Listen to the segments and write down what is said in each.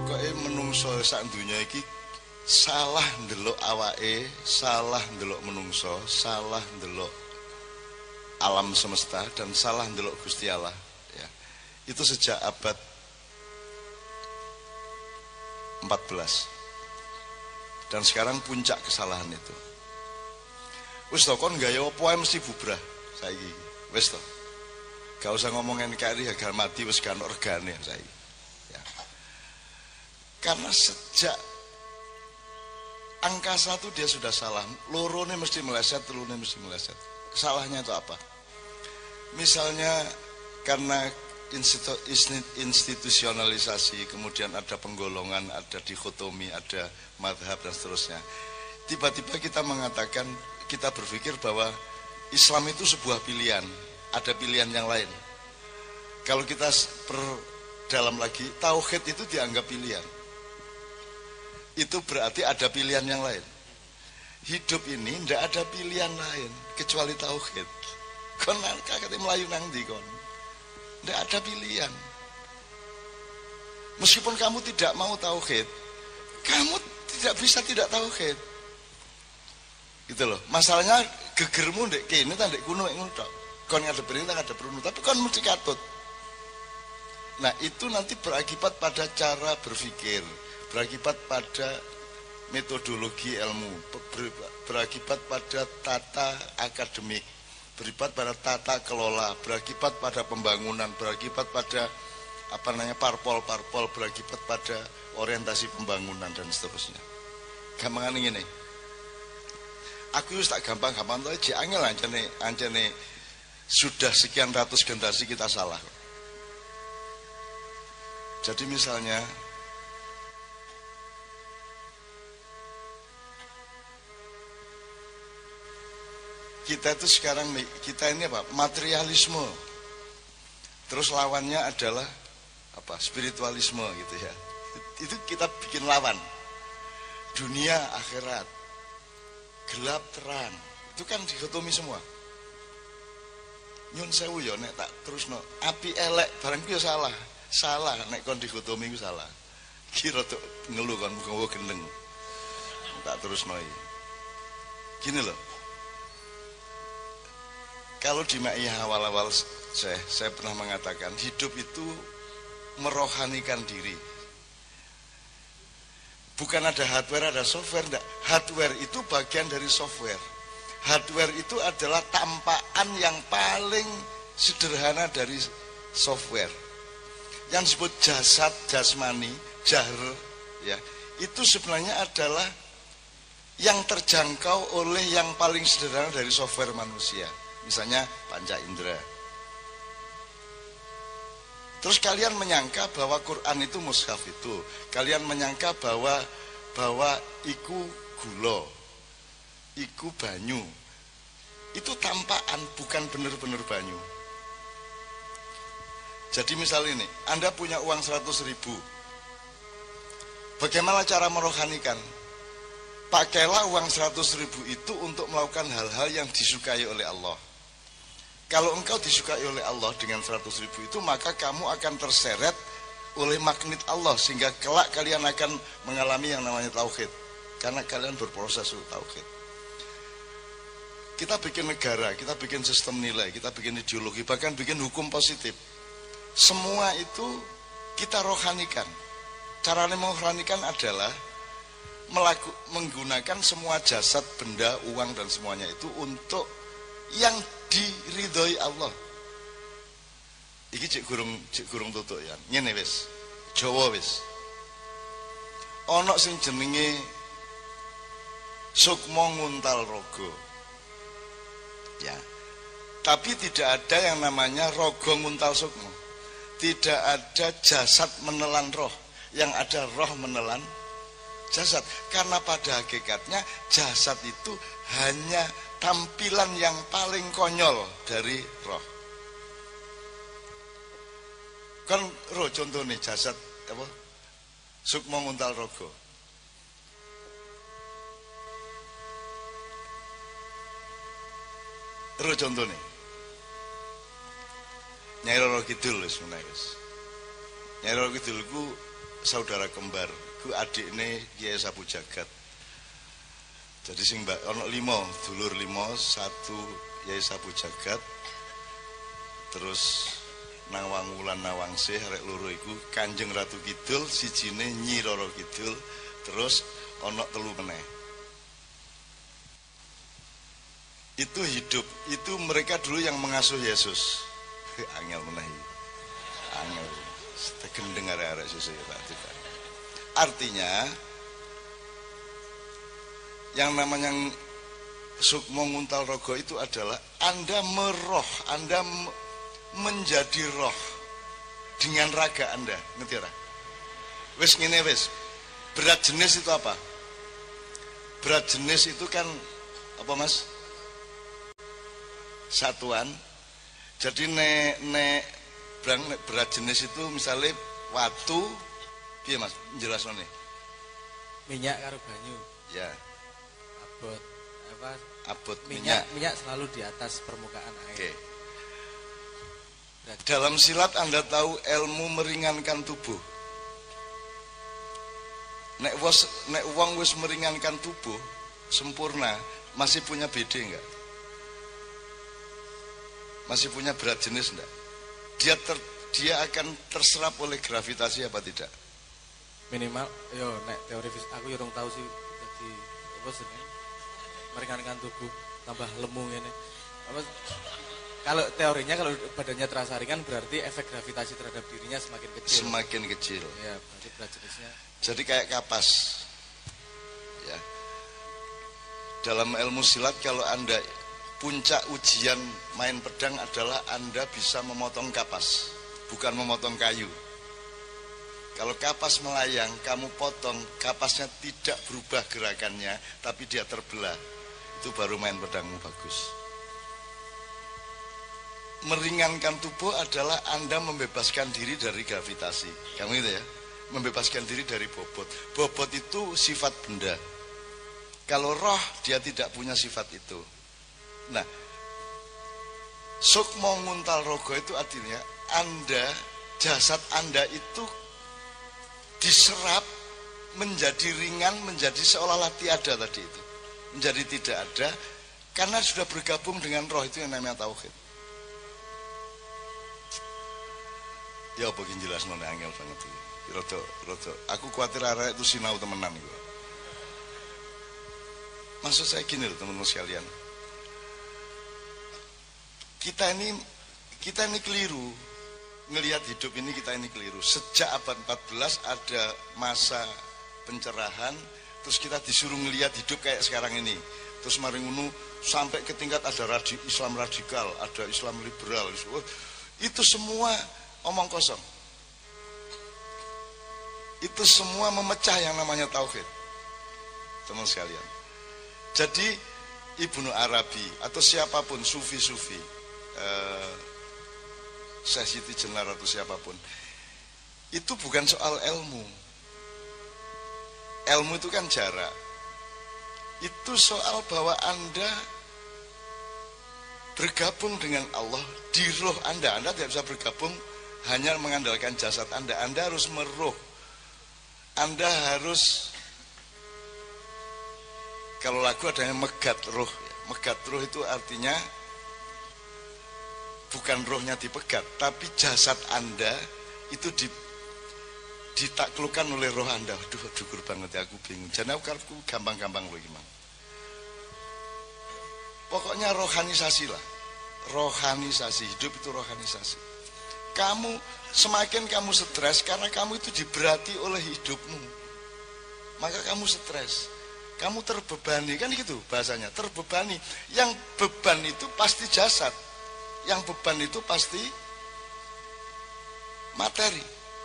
Pokoknya menungso sak dunya iki salah ndelok awake, salah ndelok menungso, salah ndelok alam semesta, dan salah ndelok Gusti Allah ya. Itu sejak abad 14. Dan sekarang puncak kesalahan itu. Wis to kon gawe apa ae mesti bubrah saiki. Wis to. Gak usah ngomongin NKRI harga mati wis gak ono regane saiki. Ya. Karena sejak angka 1 dia sudah salah. Lorone mesti meleset, telune mesti meleset. Salahnya itu apa? Misalnya karena institusionalisasi, kemudian ada penggolongan, ada dikotomi, ada madhab dan seterusnya. Tiba-tiba kita mengatakan, kita berpikir bahwa Islam itu sebuah pilihan, ada pilihan yang lain. Kalau kita perdalam lagi, tauhid itu dianggap pilihan. Itu berarti ada pilihan yang lain. Hidup ini tidak ada pilihan lain kecuali tauhid. Kon kakek melayu nang ndi kon? Tidak ada pilihan. Meskipun kamu tidak mau tauhid, kamu tidak bisa tidak tauhid. Gitu loh. Masalahnya gegermu ndek kene ta ndek kuno ngono tok. Kon ngadep perintah ngadep perunu, tapi kon mesti katut. Nah, itu nanti berakibat pada cara berpikir, berakibat pada metodologi ilmu, berakibat pada tata akademik, berakibat pada tata kelola, berakibat pada pembangunan, berakibat pada parpol-parpol, berakibat pada orientasi pembangunan dan seterusnya. Gampangan ini. Aku tak gampang-gampang tuh aja angel ancene sudah sekian ratus generasi kita salah. Jadi misalnya kita itu sekarang kita ini apa? Materialisme. Terus lawannya adalah apa? Spiritualisme gitu ya. Itu kita bikin lawan. Dunia akhirat, gelap terang, itu kan dikotomi semua. Nyun sewu ya nek tak terusno, api elek barang ku ya salah. Salah nek kon dikotomi ku salah. Kira tuh ngeluh kon muga gendeng. Tak terusno iki. Gini loh. Kalau di Ma'iyah awal-awal saya pernah mengatakan hidup itu merohanikan diri. Bukan ada hardware, ada software, enggak. Hardware itu bagian dari software. Hardware itu adalah tampakan yang paling sederhana dari software. Yang disebut jasad, jasmani, jahr, ya, itu sebenarnya adalah yang terjangkau oleh yang paling sederhana dari software manusia. Misalnya panca indera. Terus kalian menyangka bahwa Quran itu mushaf itu. Kalian menyangka bahwa iku gula, iku banyu. Itu tampakan, bukan benar-benar banyu. Jadi misal ini, Anda punya uang 100.000. Bagaimana cara merohanikan? Pakailah uang 100.000 itu untuk melakukan hal-hal yang disukai oleh Allah. Kalau engkau disukai oleh Allah dengan 100.000 itu, maka kamu akan terseret oleh magnet Allah, sehingga kelak kalian akan mengalami yang namanya tauhid, karena kalian berproses untuk tauhid. Kita bikin negara, kita bikin sistem nilai, kita bikin ideologi, bahkan bikin hukum positif. Semua itu kita rohanikan. Caranya merohanikan adalah menggunakan semua jasad, benda, uang dan semuanya itu untuk yang diridhoi Allah. Iki cek gurung tutuk ya. Ngene wis. Jawa wis. Ana sing jenenge Sukma Nguntal Raga. Ya. Tapi tidak ada yang namanya Raga Nguntal Sukma. Tidak ada jasad menelan roh, yang ada roh menelan jasad. Karena pada hakikatnya jasad itu hanya tampilan yang paling konyol dari roh. Kan roh contohnya jasad apa? Sukma Nguntal Raga. Roh contohnya. Nyai Roro Kidul wis menawa wis. Nyai Roro Kidul ku saudara kembar, ku adikne Kiai Sapu Jagat. Jadi sing mbak ono 5, dulur 5, 1 Kiai Sapu Jagat. Terus Nawang Wulan Nawangsih arek loro iku Kanjeng Ratu Kidul, sijine Nyi Roro Kidul, terus ono 3 meneh. Itu hidup, itu mereka dulu yang mengasuh Yesus. Angel meneh. Angel. Gendeng arek-arek sesuk ya Pak. Artinya yang namanya Sukmo Nguntal Rogo itu adalah Anda meroh, Anda menjadi roh dengan raga Anda, ngerti ora? Wis ngene wis. Berat jenis itu apa? Berat jenis itu kan apa Mas? Satuan. Jadi nek berat jenis itu misalnya watu, piye Mas? Jelasno nih. Minyak karo banyu. Ya. Abot apa? Abot minyak selalu di atas permukaan air. Oke. Dalam silat Anda tahu ilmu meringankan tubuh. Nek wong wis meringankan tubuh sempurna, masih punya BD enggak? Masih punya berat jenis enggak? Dia akan terserap oleh gravitasi apa tidak? Minimal yo nek teori fisik aku yo tahu sih jadi apa sih meringankan tubuh tambah lemu ngene. Apa kalau teorinya kalau badannya terasa ringan berarti efek gravitasi terhadap dirinya semakin kecil. Semakin kecil. Ya, berarti berat jenisnya. Jadi kayak kapas. Ya. Dalam ilmu silat kalau Anda puncak ujian main pedang adalah Anda bisa memotong kapas, bukan memotong kayu. Kalau kapas melayang, kamu potong, kapasnya tidak berubah gerakannya, tapi dia terbelah. Itu baru main pedangmu bagus. Meringankan tubuh adalah Anda membebaskan diri dari gravitasi. Kamu itu ya, membebaskan diri dari bobot. Bobot itu sifat benda. Kalau roh, dia tidak punya sifat itu. Nah, Sukmo Nguntal Rogo itu artinya Anda, jasad Anda itu diserap menjadi ringan, menjadi seolah-olah tiada tadi itu. Menjadi tidak ada, karena sudah bergabung dengan roh itu yang namanya tauhid. Ya apa yang jelas nona angel banget itu. Roto. Aku khawatir arah itu sinau temenan itu. Maksud saya gini loh teman-teman sekalian. Kita ini keliru ngelihat hidup ini, kita ini keliru. Sejak abad 14 ada masa pencerahan, terus kita disuruh ngelihat hidup kayak sekarang ini. Terus maringunu sampai ke tingkat ada Islam radikal, ada Islam liberal. Itu semua omong kosong. Itu semua memecah yang namanya tauhid. Teman sekalian. Jadi Ibnu Arabi atau siapapun sufi-sufi, Syekh Siti Jenar atau siapapun, itu bukan soal ilmu. Ilmu itu kan jarak. Itu soal bahwa Anda bergabung dengan Allah di roh Anda. Anda tidak bisa bergabung hanya mengandalkan jasad Anda. Anda harus meruh. Anda harus, kalau lagu adanya megat roh. Megat roh itu artinya bukan rohnya dipegat, tapi jasad Anda itu ditaklukkan oleh roh Anda. Aduh, syukur banget ya, aku bingung. Jadi aku gampang-gampang loh gimana. Pokoknya rohanisasi lah. Rohanisasi, hidup itu rohanisasi. Semakin kamu stres karena kamu itu diberati oleh hidupmu. Maka kamu stres. Kamu terbebani, kan gitu bahasanya, terbebani. Yang beban itu pasti jasad. Yang beban itu pasti materi.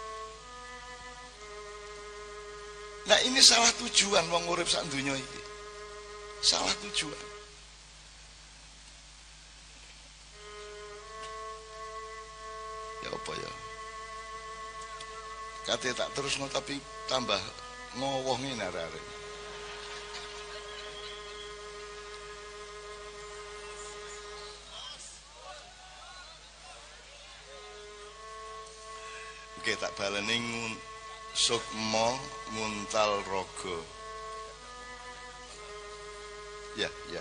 Nah ini salah tujuan wong urip sak donya iki. Salah tujuan. Ya apa ya? Kate tak terusno tapi tambah ngowoh ngene arek-arek. Oke, tak baleni Sukma nguntal raga. Ya, ya.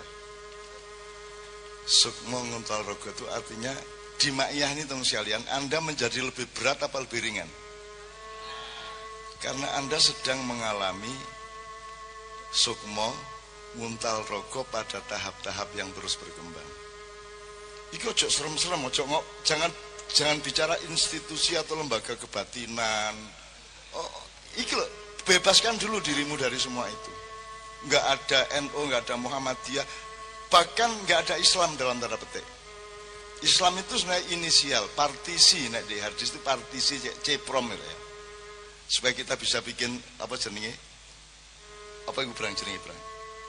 Sukma nguntal raga itu artinya di maiyah ini teman sekalian, Anda menjadi lebih berat apa lebih ringan? Karena Anda sedang mengalami sukma nguntal raga pada tahap-tahap yang terus berkembang. Iki ojo serem-serem, jangan bicara institusi atau lembaga kebatinan. Oh, iki loh, bebaskan dulu dirimu dari semua itu. Enggak ada NU, enggak ada Muhammadiyah, bahkan enggak ada Islam dalam tanda petik. Islam itu sebenarnya inisial, partisi, nek di hadis itu partisi ceprom ya. Supaya kita bisa bikin apa jenenge? Apa iku berang jenenge, Bang?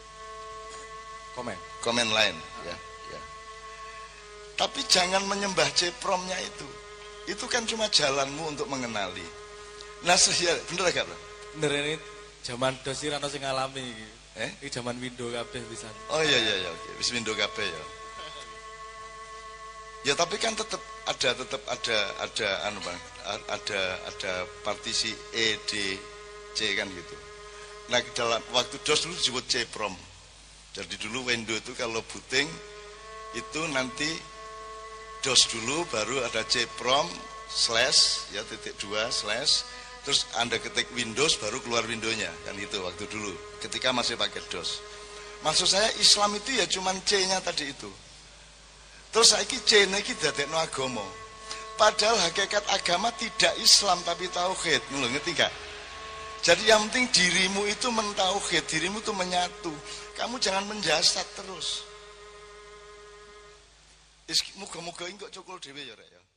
Komen lain, ya. Tapi jangan menyembah cepromnya itu. Itu kan cuma jalanmu untuk mengenali. Nah, bener gak, Bang? Bener, ini zaman DOS iki ana sing ngalami iki. Iki zaman Windows kabeh pisan. Oh iya, oke. Wis Windows kabeh ya. Ya tapi kan tetap ada anu Bang, ada partisi E, D, C kan gitu. Nah, dalam waktu DOS dulu disebut ceprom. Jadi dulu Windows itu kalau booting itu nanti DOS dulu, baru ada ceprom slash ya .2 slash, terus Anda ketik Windows baru keluar Windowsnya kan itu waktu dulu ketika masih pakai DOS. Maksud saya Islam itu ya cuman C-nya tadi itu. Terus saiki C-ne iki dadekno agama. Padahal hakikat agama tidak Islam tapi tauhid. Ngerti gak? Jadi yang penting dirimu itu mentauhid, dirimu itu menyatu. Kamu jangan menjasat terus. Muga-muga engko cukul dhewe ya rek ya.